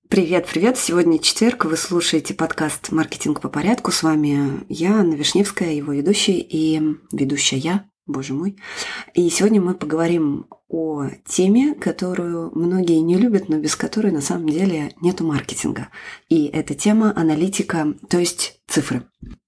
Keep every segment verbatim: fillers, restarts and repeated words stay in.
Привет, привет! Сегодня четверг, вы слушаете подкаст «Маркетинг по порядку». С вами я, Анна Вишневская, его ведущая и ведущая я, боже мой. И сегодня мы поговорим о теме, которую многие не любят, но без которой на самом деле нету маркетинга. И эта тема аналитика, то есть цифры.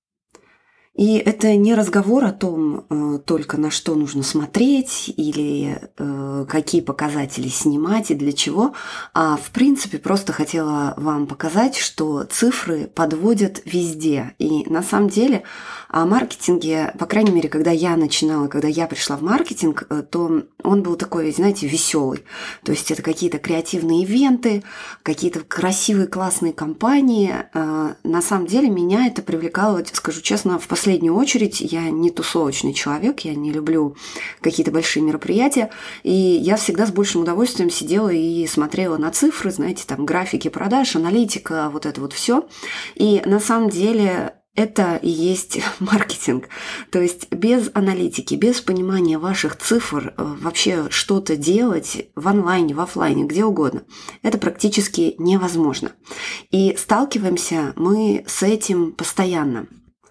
И это не разговор о том, э, только на что нужно смотреть или э, какие показатели снимать и для чего, а в принципе просто хотела вам показать, что цифры подводят везде. И на самом деле о маркетинге, по крайней мере, когда я начинала, когда я пришла в маркетинг, э, то он был такой, знаете, веселый. То есть это какие-то креативные ивенты, какие-то красивые, классные компании. Э, на самом деле меня это привлекало, скажу честно, в последнее В последнюю очередь я не тусовочный человек, я не люблю какие-то большие мероприятия, и я всегда с большим удовольствием сидела и смотрела на цифры, знаете, там графики продаж, аналитика, вот это вот все. И на самом деле это и есть маркетинг. То есть без аналитики, без понимания ваших цифр вообще что-то делать в онлайне, в офлайне, где угодно, это практически невозможно. И сталкиваемся мы с этим постоянно.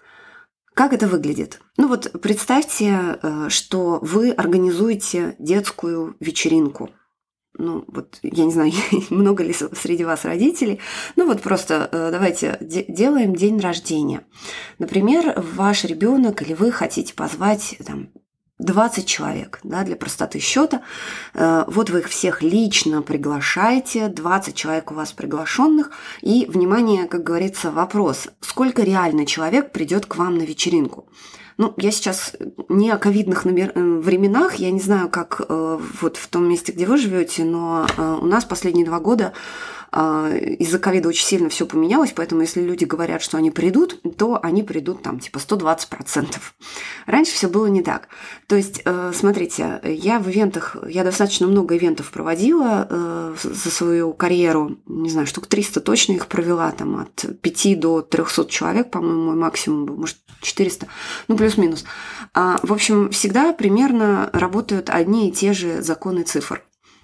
Как это выглядит? Ну вот представьте, что вы организуете детскую вечеринку. Ну вот я не знаю, много ли среди вас родителей. Ну вот просто давайте делаем день рождения. Например, ваш ребенок или вы хотите позвать там двадцать человек, да, для простоты счета. Вот вы их всех лично приглашаете, двадцать человек у вас приглашенных. И, внимание, как говорится, вопрос, сколько реально человек придет к вам на вечеринку? Ну, я сейчас не о ковидных временах, я не знаю, как вот в том месте, где вы живете, но у нас последние два года из-за ковида очень сильно все поменялось, поэтому если люди говорят, что они придут, то они придут там типа сто двадцать процентов. Раньше все было не так. То есть, смотрите, я в ивентах, я достаточно много ивентов проводила за свою карьеру, не знаю, штук триста точно их провела, там от пяти до трехсот человек, по-моему, мой максимум был, может, четыреста, ну, плюс-минус. В общем, всегда примерно работают одни и те же законы цифр.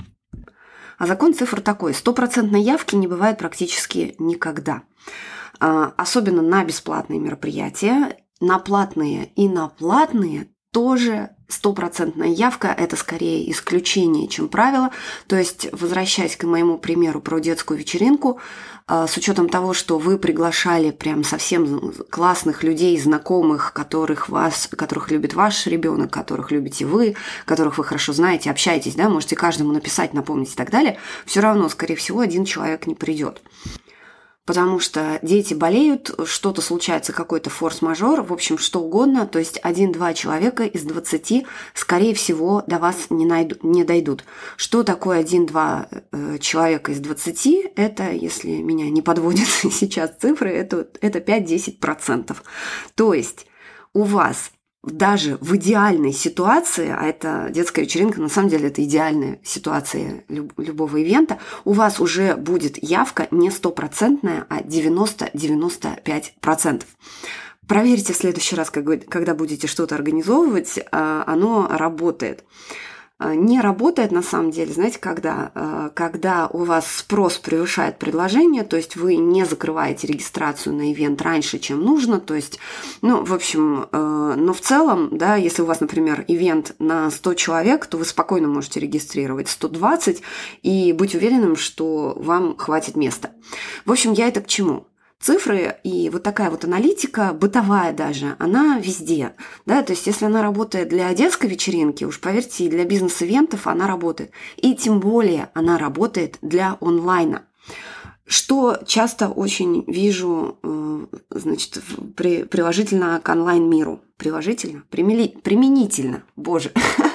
А закон цифр такой. Стопроцентной явки не бывает практически никогда. Особенно на бесплатные мероприятия. На платные и на платные тоже стопроцентная явка – это скорее исключение, чем правило. То есть, возвращаясь к моему примеру про детскую вечеринку, с учетом того, что вы приглашали прям совсем классных людей, знакомых, которых, вас, которых любит ваш ребенок, которых любите вы, которых вы хорошо знаете, общаетесь, да, можете каждому написать, напомнить и так далее, все равно, скорее всего, один человек не придет. Потому что дети болеют, что-то случается, какой-то форс-мажор, в общем, что угодно. То есть один-два человека из двадцати, скорее всего, до вас не, найду, не дойдут. Что такое один-два э, человека из двадцати? Это, если меня не подводят сейчас цифры, это, это пять-десять процентов. То есть у вас даже в идеальной ситуации, а это детская вечеринка, на самом деле это идеальная ситуация люб- любого ивента, у вас уже будет явка не стопроцентная, а девяносто-девяносто пять процентов. Проверьте в следующий раз, когда будете что-то организовывать, оно работает. Не работает на самом деле, знаете, когда? Когда у вас спрос превышает предложение, то есть вы не закрываете регистрацию на ивент раньше, чем нужно, то есть, ну, в общем, но в целом, да, если у вас, например, ивент на сто человек, то вы спокойно можете регистрировать сто двадцать и быть уверенным, что вам хватит места. В общем, я это к чему? Цифры и вот такая вот аналитика, бытовая даже, она везде. Да? То есть, если она работает для детской вечеринки, уж поверьте, и для бизнес-ивентов она работает. И тем более она работает для онлайна. Что часто очень вижу, значит, при, приложительно к онлайн-миру. Приложительно? Примели, применительно, боже.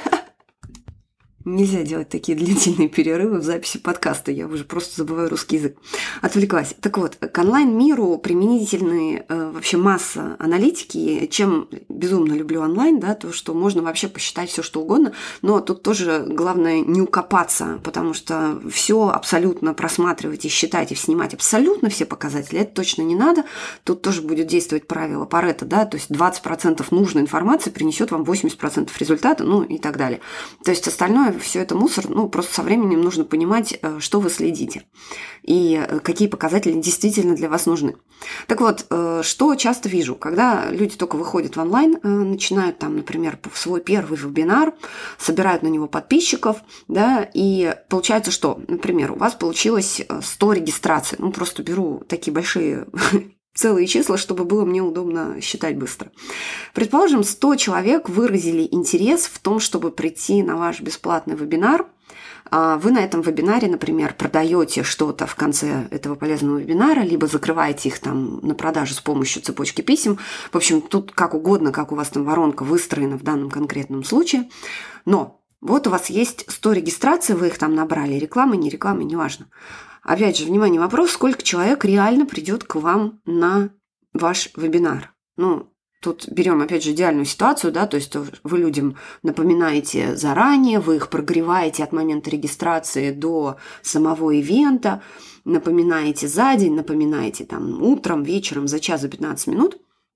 Нельзя делать такие длительные перерывы в записи подкаста, я уже просто забываю русский язык. Отвлеклась. Так вот, к онлайн-миру применительны э, вообще масса аналитики. Чем безумно люблю онлайн, да, то, что можно вообще посчитать все что угодно, но тут тоже главное не укопаться, потому что все абсолютно просматривать и считать и снимать абсолютно все показатели, это точно не надо. Тут тоже будет действовать правило Парето, да, то есть двадцать процентов нужной информации принесет вам восемьдесят процентов результата, ну и так далее. То есть остальное все это мусор, ну, просто со временем нужно понимать, что вы следите и какие показатели действительно для вас нужны. Так вот, что часто вижу, когда люди только выходят в онлайн, начинают там, например, свой первый вебинар, собирают на него подписчиков, да, и получается, что, например, у вас получилось сто регистраций, ну, просто беру такие большие целые числа, чтобы было мне удобно считать быстро. Предположим, сто человек выразили интерес в том, чтобы прийти на ваш бесплатный вебинар. Вы на этом вебинаре, например, продаете что-то в конце этого полезного вебинара, либо закрываете их там на продажу с помощью цепочки писем. В общем, тут как угодно, как у вас там воронка выстроена в данном конкретном случае. Но вот у вас есть сто регистраций, вы их там набрали, реклама, не реклама, неважно. Опять же, внимание, вопрос, сколько человек реально придет к вам на ваш вебинар. Ну, тут берем, опять же, идеальную ситуацию, да, то есть вы людям напоминаете заранее, вы их прогреваете от момента регистрации до самого ивента, напоминаете за день, напоминаете там утром, вечером, за час, за пятнадцать минут.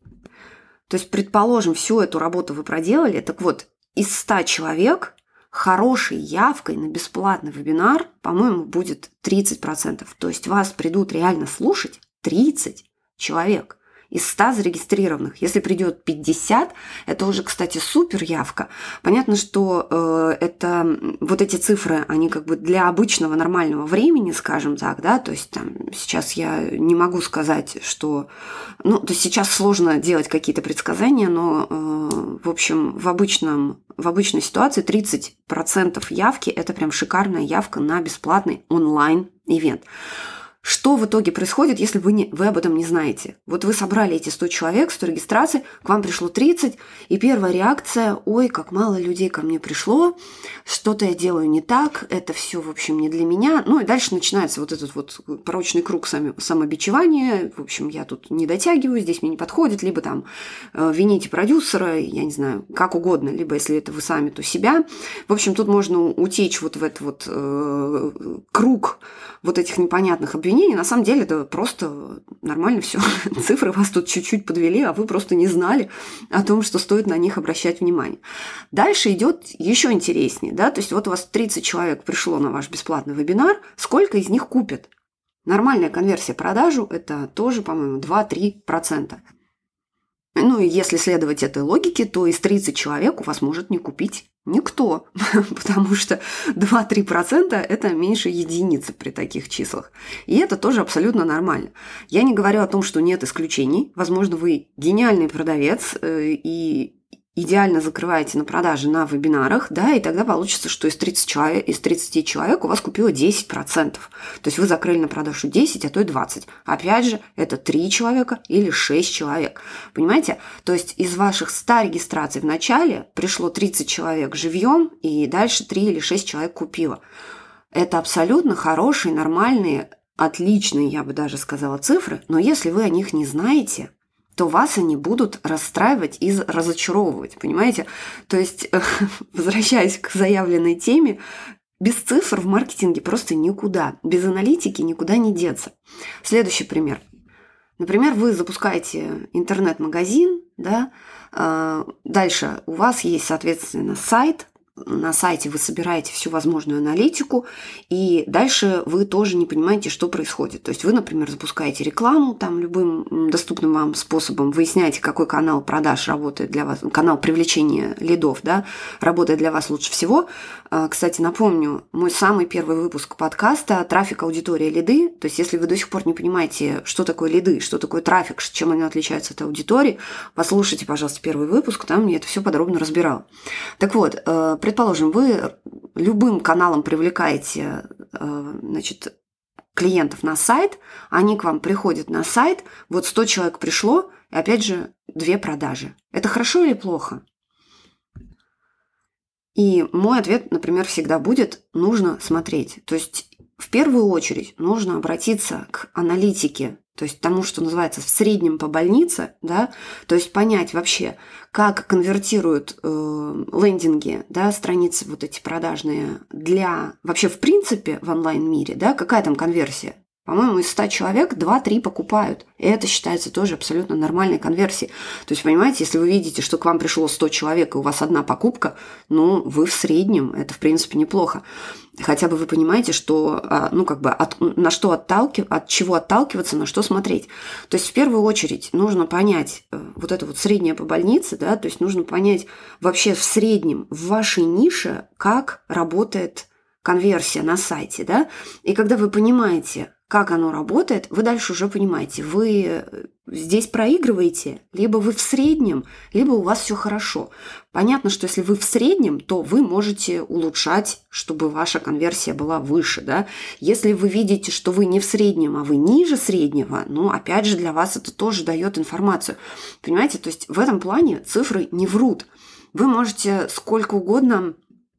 То есть, предположим, всю эту работу вы проделали. Так вот, из ста человек хорошей явкой на бесплатный вебинар, по-моему, будет тридцать процентов. То есть вас придут реально слушать тридцать человек из ста зарегистрированных. Если придет пятьдесят, это уже, кстати, супер явка. Понятно, что э, это вот эти цифры, они как бы для обычного нормального времени, скажем так, да, то есть там сейчас я не могу сказать, что, ну, то есть сейчас сложно делать какие-то предсказания, но, э, в общем, в обычном в обычной ситуации тридцать процентов явки – это прям шикарная явка на бесплатный онлайн-ивент. Что в итоге происходит, если вы, не, вы об этом не знаете? Вот вы собрали эти сто человек, сто регистраций, к вам пришло тридцать, и первая реакция: ой, как мало людей ко мне пришло, что-то я делаю не так, это все, в общем, не для меня. Ну и дальше начинается вот этот вот порочный круг сами, самобичевания. В общем, я тут не дотягиваю, здесь мне не подходит, либо там э, вините продюсера, я не знаю, как угодно, либо если это вы сами, то себя. В общем, тут можно утечь вот в этот вот э, круг вот этих непонятных обвинений. На самом деле это просто нормально все. Цифры вас тут чуть-чуть подвели, а вы просто не знали о том, что стоит на них обращать внимание. Дальше идет еще интереснее, да, то есть вот у вас тридцать человек пришло на ваш бесплатный вебинар, сколько из них купят? Нормальная конверсия продажу – это тоже, по-моему, два-три процента. Ну и если следовать этой логике, то из тридцати человек у вас может не купить никто, потому что два-три процента – это меньше единицы при таких числах. И это тоже абсолютно нормально. Я не говорю о том, что нет исключений. Возможно, вы гениальный продавец и идеально закрываете на продаже на вебинарах, да, и тогда получится, что из тридцати человек, из тридцати человек у вас купило десять процентов. То есть вы закрыли на продажу десять, а то и двадцать. Опять же, это три человека или шесть человек. Понимаете? То есть из ваших ста регистраций в начале пришло тридцать человек живьем, и дальше три или шесть человек купило. Это абсолютно хорошие, нормальные, отличные, я бы даже сказала, цифры, но если вы о них не знаете, то вас они будут расстраивать и разочаровывать, понимаете? То есть, возвращаясь к заявленной теме, без цифр в маркетинге просто никуда, без аналитики никуда не деться. Следующий пример. Например, вы запускаете интернет-магазин, да, дальше у вас есть, соответственно, сайт. На сайте вы собираете всю возможную аналитику, и дальше вы тоже не понимаете, что происходит. То есть вы, например, запускаете рекламу там любым доступным вам способом, выясняете, какой канал продаж работает для вас, канал привлечения лидов, да, работает для вас лучше всего. Кстати, напомню, мой самый первый выпуск подкаста «Трафик, аудитория, лиды». То есть если вы до сих пор не понимаете, что такое лиды, что такое трафик, чем они отличаются от аудитории, послушайте, пожалуйста, первый выпуск, там я это все подробно разбирала. Так вот, предположим, вы любым каналом привлекаете, значит, клиентов на сайт, они к вам приходят на сайт, вот сто человек пришло, и опять же две продажи. Это хорошо или плохо? И мой ответ, например, всегда будет: нужно смотреть. То есть в первую очередь нужно обратиться к аналитике, то есть тому, что называется в среднем по больнице, да, то есть понять вообще, как конвертируют э, лендинги, да, страницы вот эти продажные для вообще в принципе в онлайн-мире, да, какая там конверсия. По-моему, из ста человек два-три покупают. И это считается тоже абсолютно нормальной конверсией. То есть, понимаете, если вы видите, что к вам пришло сто человек, и у вас одна покупка, ну, вы в среднем. Это, в принципе, неплохо. Хотя бы вы понимаете, что, ну, как бы, от, на что отталкив, от чего отталкиваться, на что смотреть. То есть, в первую очередь, нужно понять вот это вот среднее по больнице, да, то есть, нужно понять вообще в среднем в вашей нише, как работает конверсия на сайте, да. И когда вы понимаете, как оно работает, вы дальше уже понимаете, вы здесь проигрываете, либо вы в среднем, либо у вас все хорошо. Понятно, что если вы в среднем, то вы можете улучшать, чтобы ваша конверсия была выше, да. Если вы видите, что вы не в среднем, а вы ниже среднего, ну, опять же, для вас это тоже дает информацию. Понимаете, то есть в этом плане цифры не врут. Вы можете сколько угодно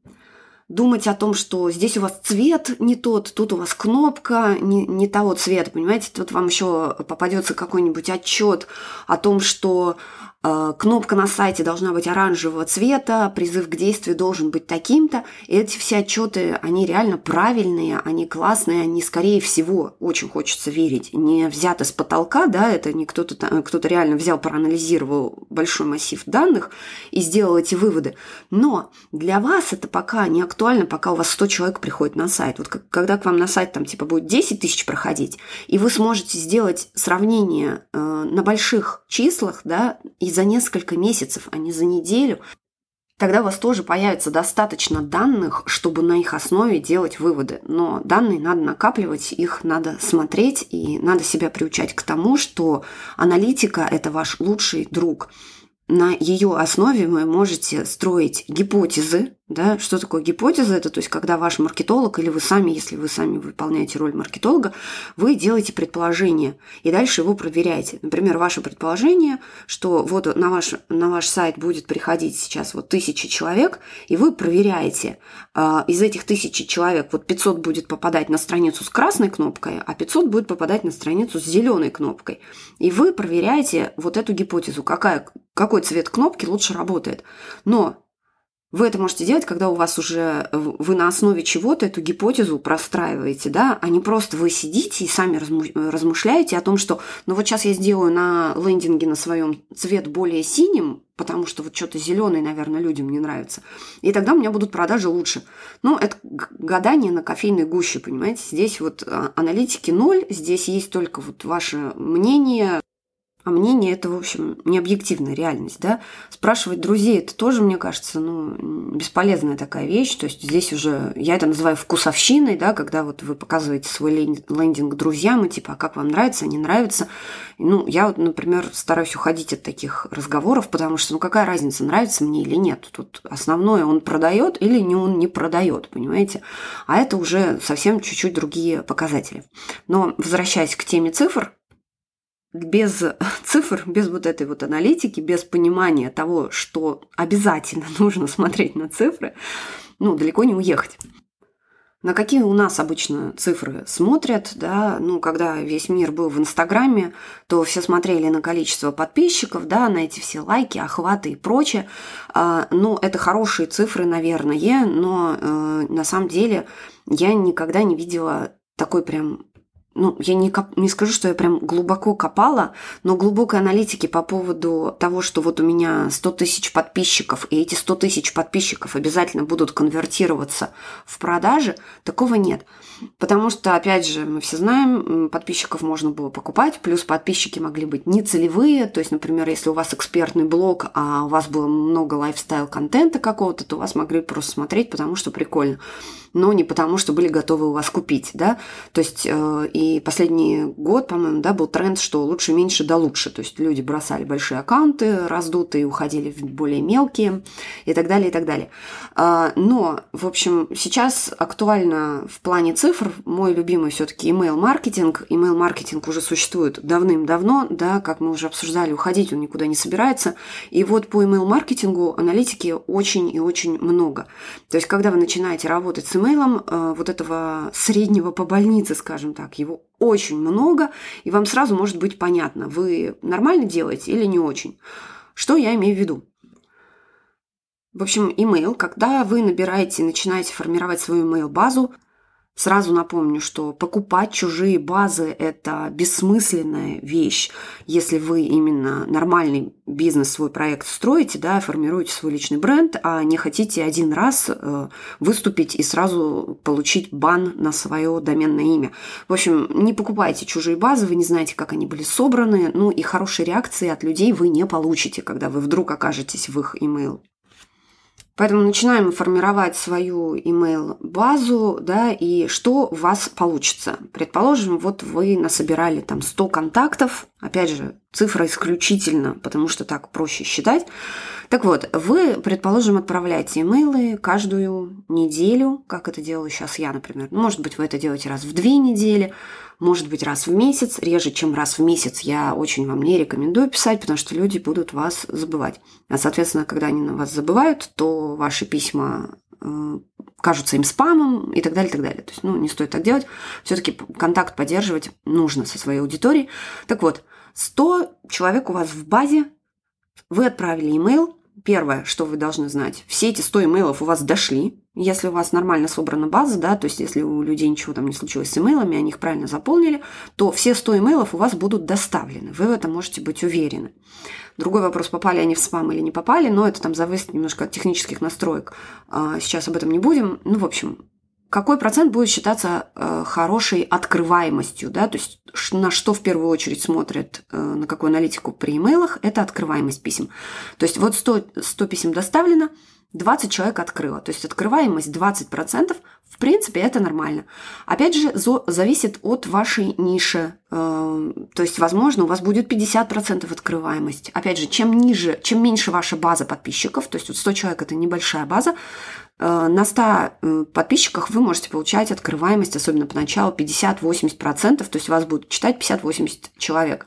думать о том, что здесь у вас цвет не тот, тут у вас кнопка не, не того цвета, понимаете? Тут вам еще попадется какой-нибудь отчет о том, что э, кнопка на сайте должна быть оранжевого цвета, призыв к действию должен быть таким-то. И эти все отчеты, они реально правильные, они классные, они, скорее всего, очень хочется верить, не взяты с потолка, да, это не кто-то, кто-то реально взял, проанализировал большой массив данных и сделал эти выводы. Но для вас это пока не актуально, пока у вас сто человек приходит на сайт. Вот когда к вам на сайт там типа будет десять тысяч проходить, и вы сможете сделать сравнение э, на больших числах, да, и за несколько месяцев, а не за неделю, тогда у вас тоже появится достаточно данных, чтобы на их основе делать выводы. Но данные надо накапливать, их надо смотреть, и надо себя приучать к тому, что аналитика – это ваш лучший друг. На ее основе вы можете строить гипотезы. Да? Что такое гипотеза? Это то есть, когда ваш маркетолог или вы сами, если вы сами выполняете роль маркетолога, вы делаете предположение и дальше его проверяете. Например, ваше предположение, что вот на ваш, на ваш сайт будет приходить сейчас вот тысяча человек, и вы проверяете. Из этих тысячи человек вот пятьсот будет попадать на страницу с красной кнопкой, а пятьсот будет попадать на страницу с зеленой кнопкой. И вы проверяете вот эту гипотезу, какая, какой цвет кнопки лучше работает. Но вы это можете делать, когда у вас уже вы на основе чего-то эту гипотезу простраиваете, да, а не просто вы сидите и сами размышляете о том, что ну вот сейчас я сделаю на лендинге на своем цвет более синим, потому что вот что-то зеленый, наверное, людям не нравится. И тогда у меня будут продажи лучше. Ну, это гадание на кофейной гуще, понимаете? Здесь вот аналитики ноль, здесь есть только вот ваше мнение. А мнение – это, в общем, не объективная реальность, да. Спрашивать друзей – это тоже, мне кажется, ну, бесполезная такая вещь. То есть здесь уже, я это называю вкусовщиной, да, когда вот вы показываете свой лендинг друзьям, и типа, а как вам нравится, не нравится. Ну, я вот, например, стараюсь уходить от таких разговоров, потому что, ну, какая разница, нравится мне или нет. Тут основное, он продает или не он не продает, понимаете. А это уже совсем чуть-чуть другие показатели. Но, возвращаясь к теме цифр, без цифр, без вот этой вот аналитики, без понимания того, что обязательно нужно смотреть на цифры, ну, далеко не уехать. На какие у нас обычно цифры смотрят, да, ну, когда весь мир был в Инстаграме, то все смотрели на количество подписчиков, да, на эти все лайки, охваты и прочее. Ну, это хорошие цифры, наверное, но на самом деле я никогда не видела такой прям... Ну, я не, коп... не скажу, что я прям глубоко копала, но глубокой аналитики по поводу того, что вот у меня сто тысяч подписчиков, и эти сто тысяч подписчиков обязательно будут конвертироваться в продажи, такого нет. Потому что, опять же, мы все знаем, подписчиков можно было покупать, плюс подписчики могли быть нецелевые, то есть, например, если у вас экспертный блог, а у вас было много лайфстайл-контента какого-то, то вас могли просто смотреть, потому что прикольно, но не потому, что были готовы у вас купить, да, то есть, э, и последний год, по-моему, да, был тренд, что лучше меньше да лучше, то есть люди бросали большие аккаунты раздутые, уходили в более мелкие и так далее, и так далее. Э, но, в общем, сейчас актуально в плане цифр мой любимый все-таки email-маркетинг. Email-маркетинг уже существует давным-давно, да, как мы уже обсуждали, уходить он никуда не собирается. И вот по email-маркетингу аналитики очень и очень много. То есть, когда вы начинаете работать с имейлом, вот этого среднего по больнице, скажем так, его очень много, и вам сразу может быть понятно, вы нормально делаете или не очень. Что я имею в виду? В общем, email, когда вы набираете, начинаете формировать свою email-базу, Сразу напомню, что покупать чужие базы – это бессмысленная вещь, если вы именно нормальный бизнес, свой проект строите, да, формируете свой личный бренд, а не хотите один раз выступить и сразу получить бан на свое доменное имя. В общем, не покупайте чужие базы, вы не знаете, как они были собраны, ну и хорошей реакции от людей вы не получите, когда вы вдруг окажетесь в их email. Поэтому начинаем формировать свою email-базу, да, и что у вас получится. Предположим, вот вы насобирали там сто контактов, опять же, цифра исключительно, потому что так проще считать. Так вот, вы, предположим, отправляете имейлы каждую неделю, как это делаю сейчас я, например. Может быть, вы это делаете раз в две недели, может быть, раз в месяц. Реже, чем раз в месяц я очень вам не рекомендую писать, потому что люди будут вас забывать. А, соответственно, когда они на вас забывают, то ваши письма э, кажутся им спамом и так далее, и так далее. То есть, ну, не стоит так делать. Все-таки контакт поддерживать нужно со своей аудиторией. Так вот, сто человек у вас в базе, вы отправили имейл. Первое, что вы должны знать, все эти сто имейлов у вас дошли. Если у вас нормально собрана база, да, то есть если у людей ничего там не случилось с имейлами, они их правильно заполнили, то все сто имейлов у вас будут доставлены. Вы в этом можете быть уверены. Другой вопрос, попали они в спам или не попали, но это там зависит немножко от технических настроек. Сейчас об этом не будем. Ну, в общем, какой процент будет считаться э, хорошей открываемостью, да, то есть на что в первую очередь смотрят, э, на какую аналитику при имейлах, это открываемость писем. То есть вот сто, сто писем доставлено, двадцать человек открыло, то есть открываемость двадцать процентов, в принципе, это нормально. Опять же, зо, зависит от вашей ниши, э, то есть, возможно, у вас будет пятьдесят процентов открываемость. Опять же, чем ниже, чем меньше ваша база подписчиков, то есть вот сто человек – это небольшая база, на ста подписчиках вы можете получать открываемость, особенно поначалу, пятьдесят-восемьдесят процентов, то есть вас будут читать пятьдесят-восемьдесят человек.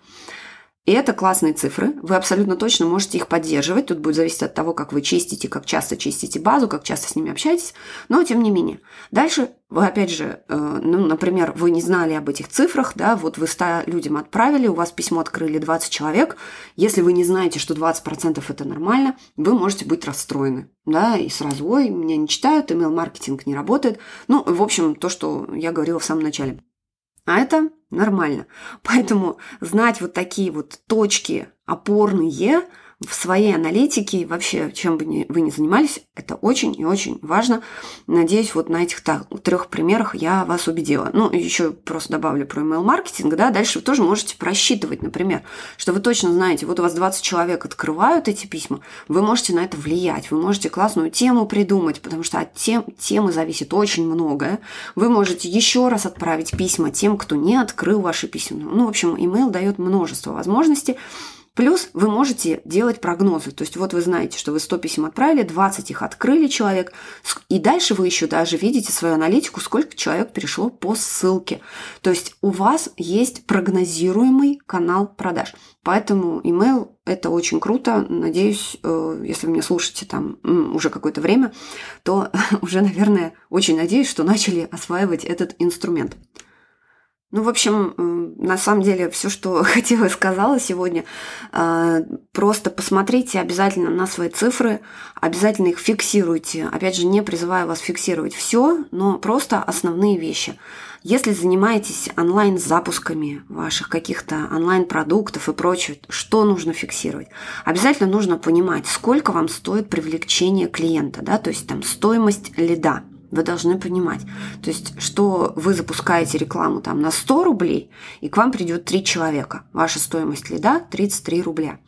И это классные цифры, вы абсолютно точно можете их поддерживать, тут будет зависеть от того, как вы чистите, как часто чистите базу, как часто с ними общаетесь, но тем не менее. Дальше вы, опять же, ну, например, вы не знали об этих цифрах, да, вот вы ста людям отправили, у вас письмо открыли двадцать человек, если вы не знаете, что двадцать процентов это нормально, вы можете быть расстроены, да, и сразу, ой, меня не читают, email-маркетинг не работает, ну, в общем, то, что я говорила в самом начале. А это нормально. Поэтому знать вот такие вот точки опорные в своей аналитике, вообще, чем бы вы ни занимались, это очень и очень важно. Надеюсь, вот на этих трех примерах я вас убедила. Ну, еще просто добавлю про email-маркетинг, да, дальше вы тоже можете просчитывать, например, что вы точно знаете, вот у вас двадцать человек открывают эти письма, вы можете на это влиять, вы можете классную тему придумать, потому что от тем, темы зависит очень многое. Вы можете еще раз отправить письма тем, кто не открыл ваши письма. Ну, в общем, email дает множество возможностей. Плюс вы можете делать прогнозы. То есть вот вы знаете, что вы сто писем отправили, двадцать их открыли человек, и дальше вы еще даже видите свою аналитику, сколько человек перешло по ссылке. То есть у вас есть прогнозируемый канал продаж. Поэтому email – это очень круто. Надеюсь, если вы меня слушаете там уже какое-то время, то уже, наверное, очень надеюсь, что начали осваивать этот инструмент. Ну, в общем, на самом деле, все, что хотела и сказала сегодня, просто посмотрите обязательно на свои цифры, обязательно их фиксируйте. Опять же, не призываю вас фиксировать все, но просто основные вещи. Если занимаетесь онлайн-запусками ваших каких-то онлайн-продуктов и прочее, что нужно фиксировать? Обязательно нужно понимать, сколько вам стоит привлечение клиента, да, то есть там стоимость лида. Вы должны понимать, то есть, что вы запускаете рекламу там на сто рублей, и к вам придет три человека. Ваша стоимость лида тридцать три рубля.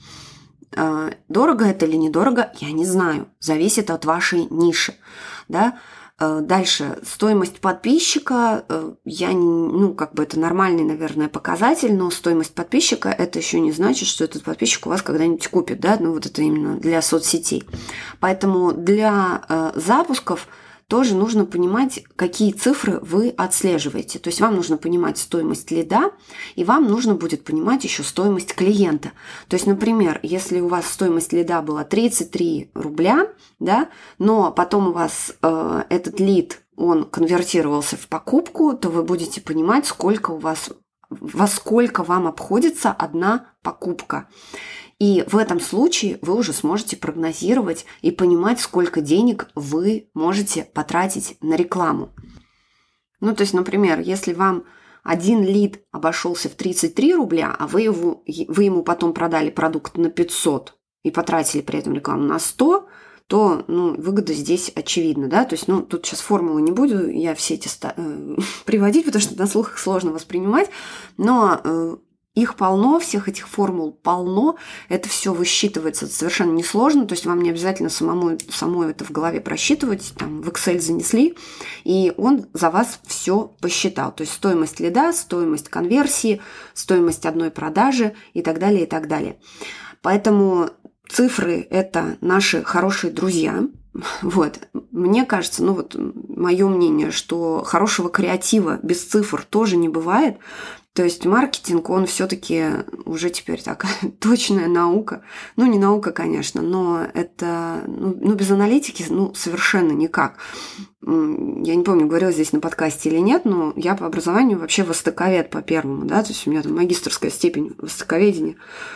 Дорого это или недорого, я не знаю. Зависит от вашей ниши. Да? Дальше, стоимость подписчика, я, ну, как бы это нормальный, наверное, показатель, но стоимость подписчика это еще не значит, что этот подписчик у вас когда-нибудь купит, да, ну, вот это именно для соцсетей. Поэтому для запусков тоже нужно понимать, какие цифры вы отслеживаете. То есть вам нужно понимать стоимость лида, и вам нужно будет понимать еще стоимость клиента. То есть, например, если у вас стоимость лида была тридцать три рубля, да, но потом у вас э, этот лид, он конвертировался в покупку, то вы будете понимать, сколько у вас, во сколько вам обходится одна покупка. И в этом случае вы уже сможете прогнозировать и понимать, сколько денег вы можете потратить на рекламу. Ну, то есть, например, если вам один лид обошелся в тридцать три рубля, а вы, его, вы ему потом продали продукт на пятьсот и потратили при этом рекламу на сто, то ну, выгода здесь очевидна, да, то есть, ну, тут сейчас формулы не буду я все эти ста- э, приводить, потому что на слух их сложно воспринимать, но э, их полно, всех этих формул полно, это все высчитывается совершенно несложно, то есть вам не обязательно самому, самой это в голове просчитывать, там, в Excel занесли, и он за вас все посчитал, то есть стоимость лида, стоимость конверсии, стоимость одной продажи и так далее, и так далее. Поэтому цифры – это наши хорошие друзья. Вот. Мне кажется, ну вот мое мнение, что хорошего креатива без цифр тоже не бывает. То есть маркетинг, он все-таки уже теперь такая точная наука. Ну, не наука, конечно, но это ну, ну, без аналитики ну, совершенно никак. Я не помню, говорила здесь на подкасте или нет, но я по образованию вообще востоковед по первому, да, то есть у меня там магистерская степень востоковедения,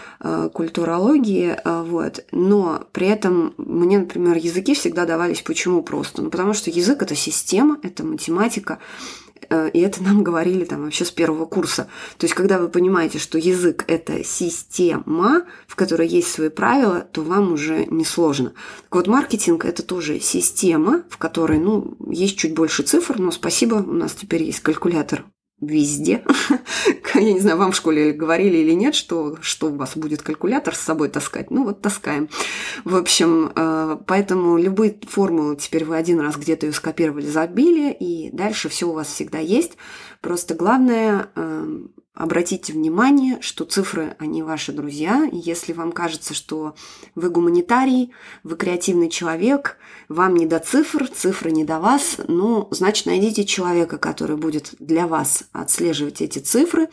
культурологии, вот. Но при этом мне, например, языки всегда давались почему просто? Ну, потому что язык – это система, это математика, и это нам говорили там вообще с первого курса. То есть, когда вы понимаете, что язык – это система, в которой есть свои правила, то вам уже не сложно. Так вот, маркетинг – это тоже система, в которой, ну, есть чуть больше цифр, но спасибо, у нас теперь есть калькулятор везде. Я не знаю, вам в школе говорили или нет, что, что у вас будет калькулятор с собой таскать. Ну вот таскаем. В общем, поэтому любые формулы теперь вы один раз где-то ее скопировали, забили, и дальше все у вас всегда есть. Просто главное обратите внимание, что цифры, они ваши друзья. И если вам кажется, что вы гуманитарий, вы креативный человек, вам не до цифр, цифры не до вас, ну, значит, найдите человека, который будет для вас отслеживать эти цифры,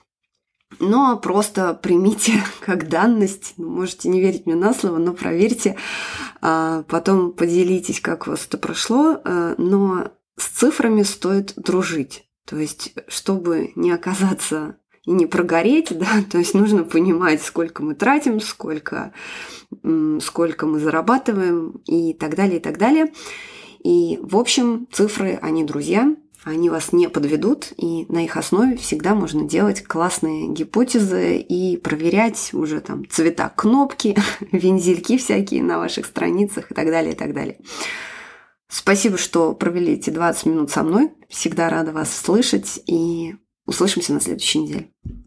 но просто примите как данность. Можете не верить мне на слово, но проверьте, потом поделитесь, как у вас это прошло, но с цифрами стоит дружить. То есть, чтобы не оказаться и не прогореть, да, то есть нужно понимать, сколько мы тратим, сколько, сколько мы зарабатываем и так далее, и так далее. И, в общем, цифры, они друзья, они вас не подведут, и на их основе всегда можно делать классные гипотезы и проверять уже там цвета кнопки, вензельки всякие на ваших страницах и так далее, и так далее. Спасибо, что провели эти двадцать минут со мной. Всегда рада вас слышать и услышимся на следующей неделе.